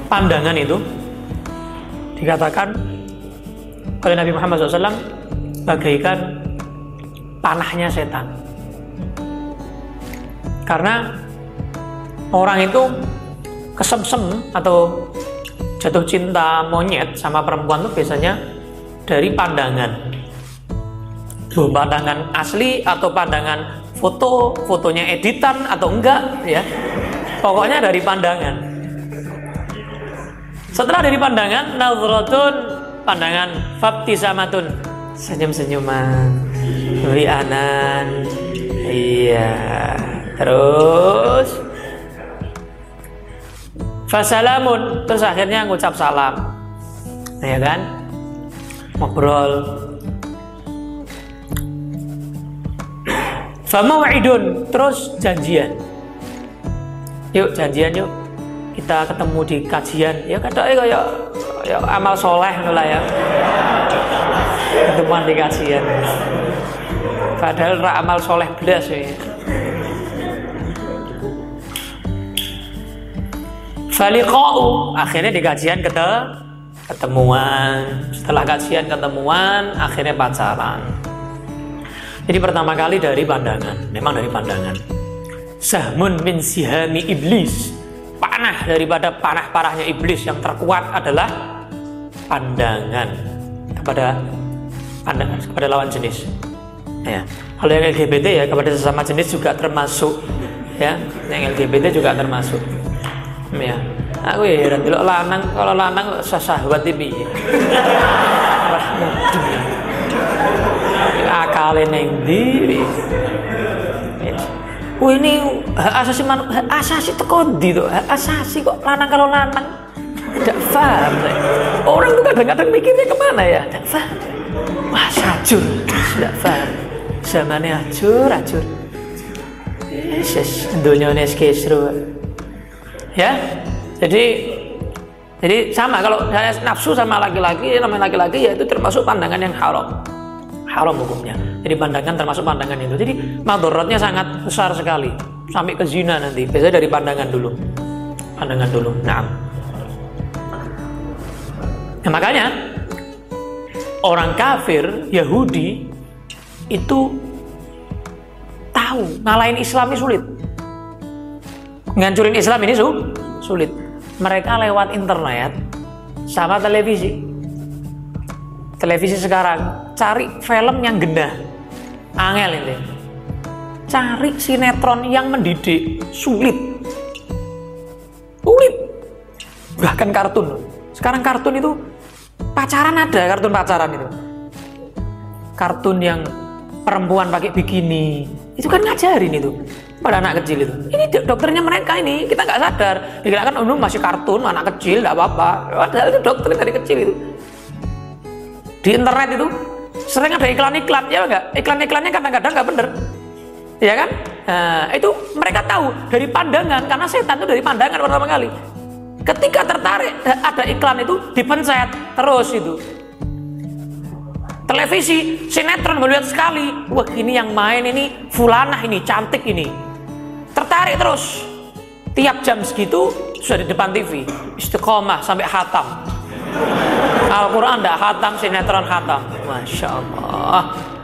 pandangan itu dikatakan oleh Nabi Muhammad SAW bagaikan panahnya setan. Karena orang itu kesemsem atau jatuh cinta monyet sama perempuan itu biasanya dari pandangan. Pandangan asli atau pandangan fotonya editan atau enggak ya. Pokoknya dari pandangan. Setelah dari pandangan, nazratun, pandangan, fabtisamatun, senyum-senyuman, li'anan, iya, terus fasalamun, terus akhirnya ngucap salam, ya kan, ngobrol, famau'idun, terus janjian, yuk janjian yuk, kita ketemu di kajian, ya kadang kayak amal soleh lah ya, ketemuan di kajian, padahal amal soleh belas ya. Faliqa'u, akhirnya di kajian ketemuan, setelah kajian ketemuan, akhirnya pacaran. Jadi pertama kali dari pandangan, memang dari pandangan. Sahmun min sihami iblis, panah daripada panah-panahnya iblis yang terkuat adalah pandangan kepada lawan jenis. Ya. Kalau yang LGBT ya kepada sesama jenis juga termasuk, ya. Yang LGBT juga termasuk. Ya. Aku ya heran delok lanang, kalau lanang sahwat iki piye. Akale ning ndi? Ini hak asasi teko ndi to? Hak asasi kok lanang kalau lanang. Tidak paham. Orang tuh kadang-kadang mikirnya kemana ya? Tidak paham. Wah, sajur. Tidak paham. Zamannya ajur. Yesus, dunyane kesro. Ya. Jadi sama kalau saya nafsu sama laki-laki, namanya laki-laki ya itu termasuk pandangan yang haram hukumnya. Jadi pandangan termasuk pandangan itu. Jadi madharatnya sangat besar sekali sampai ke zina nanti. Biasanya dari pandangan dulu. Nah, makanya orang kafir Yahudi itu tahu ngalahin Islam ini sulit, ngancurin Islam ini sulit. Mereka lewat internet sama televisi sekarang cari film yang genah, angel ini. Cari sinetron yang mendidik sulit. Bahkan kartun. Sekarang kartun itu pacaran ada, kartun pacaran itu. Kartun yang perempuan pakai bikini, itu kan ngajarin itu pada anak kecil itu. Ini dokternya mereka ini, kita nggak sadar. Dikira kan masih kartun, anak kecil, nggak apa-apa. Padahal itu dokter dari kecil itu. Di internet itu sering ada iklan-iklan, ya enggak? Iklan-iklannya kadang-kadang nggak bener, ya kan? Nah, itu mereka tahu dari pandangan, karena setan itu dari pandangan pertama kali. Ketika tertarik ada iklan itu dipencet terus itu. Televisi, sinetron melihat sekali, wah ini yang main ini fulanah ini cantik ini, tertarik terus. Tiap jam segitu sudah di depan TV, istiqomah sampai khatam. Al-Quran tidak khatam, sinetron khatam. Masya Allah.